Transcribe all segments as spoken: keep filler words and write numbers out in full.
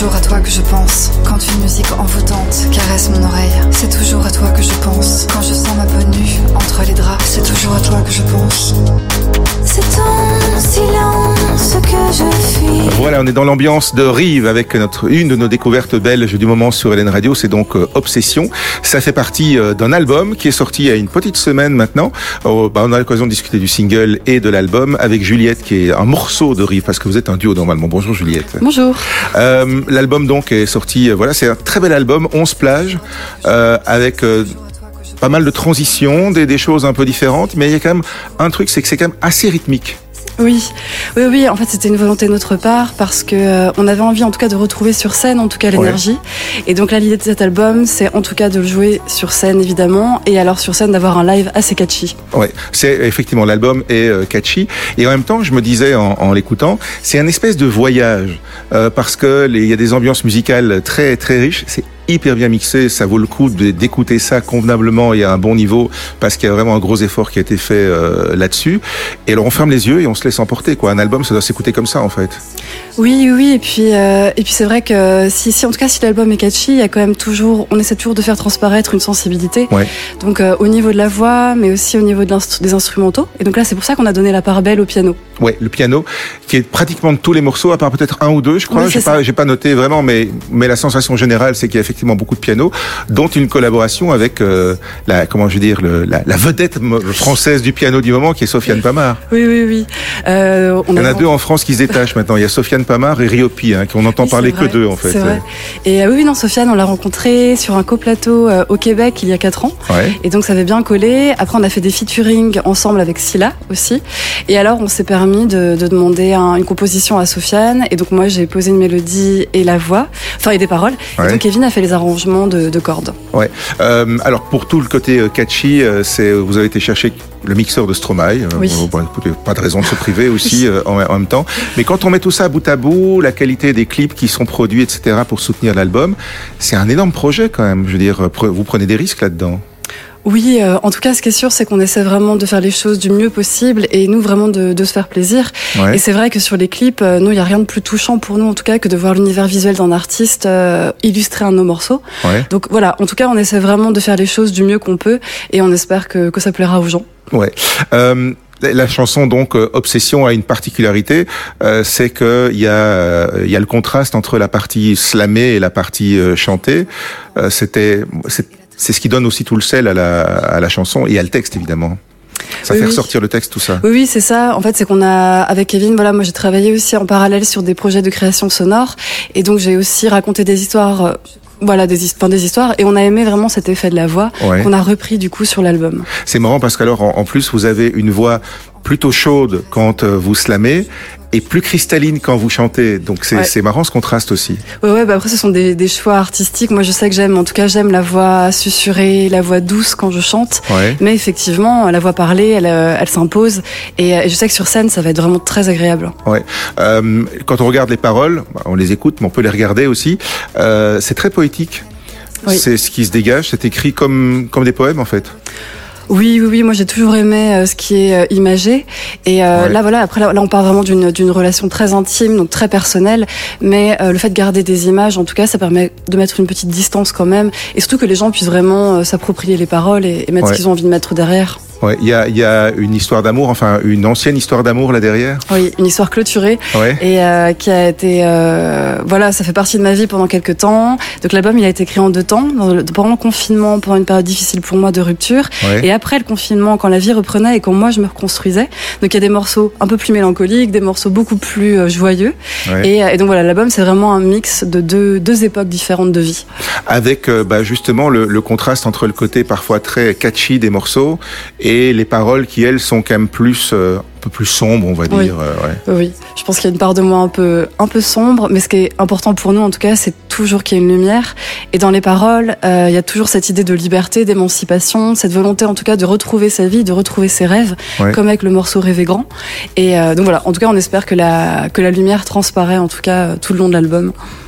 toujours à toi que je pense. Quand une musique envoûtante caresse mon oreille, c'est toujours à toi que je pense. Quand je sens ma peau nue entre les draps, c'est toujours à toi que je pense. C'est ton silence que je fuis. Voilà, on est dans l'ambiance de Rive avec notre, une de nos découvertes belges du moment sur L N Radio, c'est donc euh, Obsession. Ça fait partie euh, d'un album qui est sorti il y a une petite semaine maintenant. Oh, bah, on a l'occasion de discuter du single et de l'album avec Juliette qui est un morceau de Rive parce que vous êtes un duo normalement. Bonjour Juliette. Bonjour. Euh, l'album donc est sorti, euh, voilà, c'est un très bel album, onze plages, euh, avec... Euh, pas mal de transitions, des, des choses un peu différentes, mais il y a quand même un truc, c'est que c'est quand même assez rythmique. Oui, oui, oui. En fait, c'était une volonté de notre part parce que euh, on avait envie, en tout cas, de retrouver sur scène, en tout cas, l'énergie. Ouais. Et donc là, l'idée de cet album, c'est en tout cas de le jouer sur scène, évidemment, et alors sur scène d'avoir un live assez catchy. Ouais, c'est effectivement l'album est euh, catchy. Et en même temps, je me disais en, en l'écoutant, c'est un espèce de voyage euh, parce que il y a des ambiances musicales très très riches. C'est hyper bien mixé, ça vaut le coup de, d'écouter ça convenablement et à un bon niveau parce qu'il y a vraiment un gros effort qui a été fait euh, là-dessus. Et alors on ferme les yeux et on se laisse emporter quoi. Un album, ça doit s'écouter comme ça en fait. Oui, oui, et puis euh, et puis c'est vrai que si, si en tout cas si l'album est catchy, il y a quand même toujours, on essaie toujours de faire transparaître une sensibilité. Ouais. Donc euh, au niveau de la voix, mais aussi au niveau de l'instru- des instrumentaux. Et donc là, c'est pour ça qu'on a donné la part belle au piano. Ouais, le piano qui est pratiquement de tous les morceaux, à part peut-être un ou deux, je crois. Oui, j'ai pas, j'ai pas noté vraiment, mais mais la sensation générale, c'est qu'il y a effectivement beaucoup de piano, dont une collaboration avec euh, la, comment je veux dire, le, la, la vedette française du piano du moment, qui est Sofiane Pamart. Oui, oui, oui. Euh, on Il y en a, a deux en France qui se détachent maintenant. Il y a Sofiane Pamart et Riopi, hein, qu'on entend oui, parler que d'eux en fait. C'est vrai. Et euh, oui, non, Sofiane, on l'a rencontré sur un coplateau euh, au Québec il y a quatre ans. Ouais. Et donc ça avait bien collé. Après, on a fait des featuring ensemble avec Scylla aussi. Et alors, on s'est permis de, de demander un, une composition à Sofiane. Et donc moi, j'ai posé une mélodie et la voix, enfin et des paroles. Ouais. Et donc Kevin a fait les arrangements de, de cordes. Ouais. Euh, alors pour tout le côté catchy, euh, c'est vous avez été chercher le mixeur de Stromae. Oui. Euh, bon, pas de raison de se priver aussi euh, en, en même temps. Mais quand on met tout ça bout à bout, la qualité des clips qui sont produits, et cetera, pour soutenir l'album, c'est un énorme projet quand même. Je veux dire, vous prenez des risques là-dedans. Oui, euh, en tout cas, ce qui est sûr, c'est qu'on essaie vraiment de faire les choses du mieux possible et nous, vraiment, de, de se faire plaisir. Ouais. Et c'est vrai que sur les clips, euh, nous, il n'y a rien de plus touchant pour nous, en tout cas, que de voir l'univers visuel d'un artiste euh, illustrer un de nos morceaux. Ouais. Donc voilà, en tout cas, on essaie vraiment de faire les choses du mieux qu'on peut et on espère que, que ça plaira aux gens. Ouais. Euh... La chanson donc euh, Obsession a une particularité, euh, c'est que il y a euh, il y a le contraste entre la partie slamée et la partie euh, chantée. Euh, c'était c'est, c'est ce qui donne aussi tout le sel à la à la chanson et à le texte évidemment. Ça oui, fait oui. ressortir le texte, tout ça. Oui, oui, c'est ça. En fait, c'est qu'on a, avec Kevin, voilà, moi j'ai travaillé aussi en parallèle sur des projets de création sonore. Et donc j'ai aussi raconté des histoires, euh, voilà, des, enfin, des histoires. Et on a aimé vraiment cet effet de la voix ouais. qu'on a repris du coup sur l'album. C'est marrant parce qu'alors, en, en plus, vous avez une voix plutôt chaude quand euh, vous slamez et plus cristalline quand vous chantez. Donc c'est, ouais. c'est marrant ce contraste aussi. Ouais, ouais, bah après ce sont des, des choix artistiques. Moi je sais que j'aime, en tout cas j'aime la voix susurrée, la voix douce quand je chante. Ouais. Mais effectivement, la voix parlée, elle, elle s'impose. Et, et je sais que sur scène, ça va être vraiment très agréable. Ouais. Euh, quand on regarde les paroles, on les écoute, mais on peut les regarder aussi. Euh, c'est très poétique. Oui. C'est ce qui se dégage. C'est écrit comme comme des poèmes en fait. Oui, oui, oui. Moi, j'ai toujours aimé euh, ce qui est euh, imagé. Et euh, ouais. là, voilà. Après, là, là, on parle vraiment d'une d'une relation très intime, donc très personnelle. Mais euh, le fait de garder des images, en tout cas, ça permet de mettre une petite distance quand même, et surtout que les gens puissent vraiment euh, s'approprier les paroles et, et mettre ouais. ce qu'ils ont envie de mettre derrière. Ouais, il y a il y a une histoire d'amour, enfin une ancienne histoire d'amour là derrière. Oui, une histoire clôturée ouais. et euh, qui a été euh, voilà, ça fait partie de ma vie pendant quelques temps. Donc l'album, il a été écrit en deux temps, pendant le confinement, pendant une période difficile pour moi de rupture, ouais. et après le confinement, quand la vie reprenait et quand moi je me reconstruisais. Donc il y a des morceaux un peu plus mélancoliques, des morceaux beaucoup plus euh, joyeux. Ouais. Et, et donc voilà, l'album, c'est vraiment un mix de deux deux époques différentes de vie. Avec euh, bah, justement le, le contraste entre le côté parfois très catchy des morceaux et les paroles qui, elles, sont quand même plus, euh, un peu plus sombres, on va oui. dire. Euh, ouais. Oui, je pense qu'il y a une part de moi un peu, un peu sombre, mais ce qui est important pour nous, en tout cas, c'est toujours qu'il y ait une lumière. Et dans les paroles, euh, il y a toujours cette idée de liberté, d'émancipation, cette volonté, en tout cas, de retrouver sa vie, de retrouver ses rêves, ouais. comme avec le morceau Rêver grand. Et euh, donc voilà, en tout cas, on espère que la, que la lumière transparaît, en tout cas, tout le long de l'album.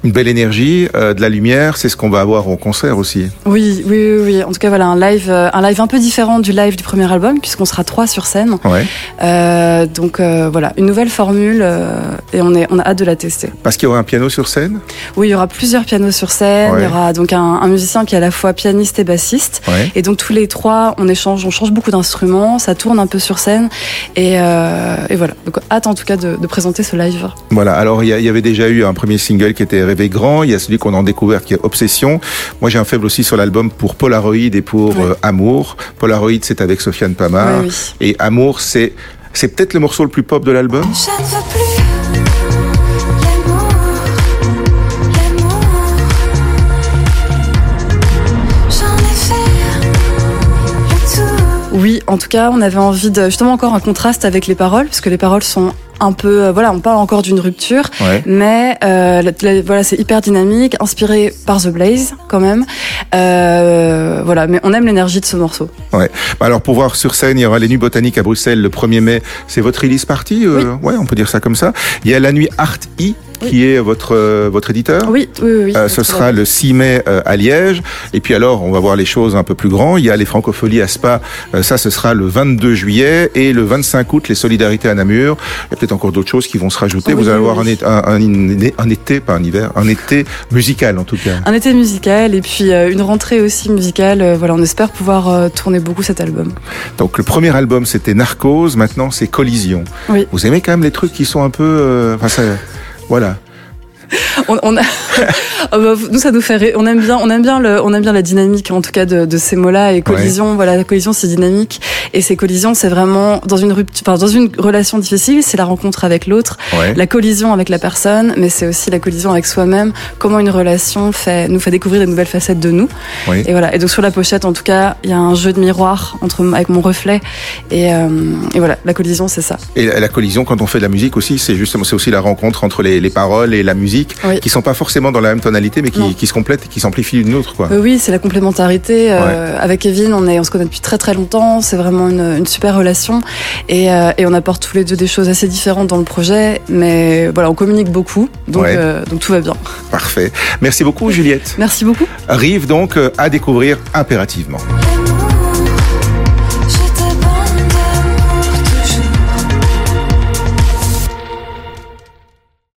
Une belle énergie, euh, de la lumière, c'est ce qu'on va avoir au concert aussi. Oui, oui, oui, oui. En tout cas, voilà, un live, euh, un live un peu différent du live du premier album, puisqu'on sera trois sur scène. Ouais. Euh, donc euh, voilà, une nouvelle formule euh, et on est, on a hâte de la tester. Parce qu'il y aura un piano sur scène. Oui, il y aura plusieurs pianos sur scène. Ouais. Il y aura donc un, un musicien qui est à la fois pianiste et bassiste. Ouais. Et donc tous les trois, on échange, on change beaucoup d'instruments, ça tourne un peu sur scène. Et, euh, et voilà. Donc hâte en tout cas de, de présenter ce live. Voilà. Alors il y, y avait déjà eu un premier single qui était Rêver grand. Il y a celui qu'on a découvert qui est Obsession. Moi j'ai un faible aussi sur l'album pour Polaroid et pour ouais. euh, Amour. Polaroid c'est avec Sofiane Pamart. Oui, oui. Et Amour c'est c'est peut-être le morceau le plus pop de l'album. Je ne veux plus l'amour, l'amour. J'en ai fait le tour. Oui, en tout cas, on avait envie de justement encore un contraste avec les paroles, parce que les paroles sont un peu, euh, voilà, on parle encore d'une rupture, ouais. mais euh, la, la, voilà, c'est hyper dynamique, inspiré par The Blaze quand même. Euh, voilà, mais on aime l'énergie de ce morceau. Ouais. Alors pour voir sur scène, il y aura les Nuits Botaniques à Bruxelles le premier mai. C'est votre release party, euh, oui. Ouais, on peut dire ça comme ça. Il y a la Nuit Art I. Qui oui. est votre euh, votre éditeur. Oui, oui, oui. Euh, ce sera le six mai euh, à Liège. Et puis alors, on va voir les choses un peu plus grands. Il y a les Francopholies à Spa. Euh, ça, ce sera le vingt-deux juillet et le vingt-cinq août, les Solidarités à Namur. Il y a peut-être encore d'autres choses qui vont se rajouter. Oui, Vous allez oui, avoir oui. un, un, un, un été, pas un hiver, un été musical en tout cas. Un été musical et puis euh, une rentrée aussi musicale. Euh, voilà, on espère pouvoir euh, tourner beaucoup cet album. Donc le premier album, c'était Narcose. Maintenant, c'est Collision. Oui. Vous aimez quand même les trucs qui sont un peu, euh, enfin ça. Voilà. on, on a... nous ça nous fait rire. on aime bien on aime bien le on aime bien la dynamique en tout cas de, de ces mots-là et collision ouais. Voilà, la collision c'est dynamique et ces collisions c'est vraiment dans une rupture, enfin dans une relation difficile, c'est la rencontre avec l'autre, ouais. La collision avec la personne, mais c'est aussi la collision avec soi-même, comment une relation fait nous fait découvrir des nouvelles facettes de nous. Oui. Et voilà, et donc sur la pochette en tout cas, il y a un jeu de miroir entre avec mon reflet et, euh, et voilà, la collision c'est ça. Et la collision quand on fait de la musique aussi, c'est justement c'est aussi la rencontre entre les, les paroles et la musique. Oui. Qui sont pas forcément dans la même tonalité, mais qui, qui se complètent et qui s'amplifient l'une l'autre, quoi. Euh, oui, c'est la complémentarité. Euh, ouais. Avec Kevin, on est, on se connaît depuis très très longtemps. C'est vraiment une, une super relation, et, euh, et on apporte tous les deux des choses assez différentes dans le projet, mais voilà, on communique beaucoup, donc ouais. euh, donc tout va bien. Parfait. Merci beaucoup, Juliette. Merci beaucoup. Rive donc à découvrir impérativement.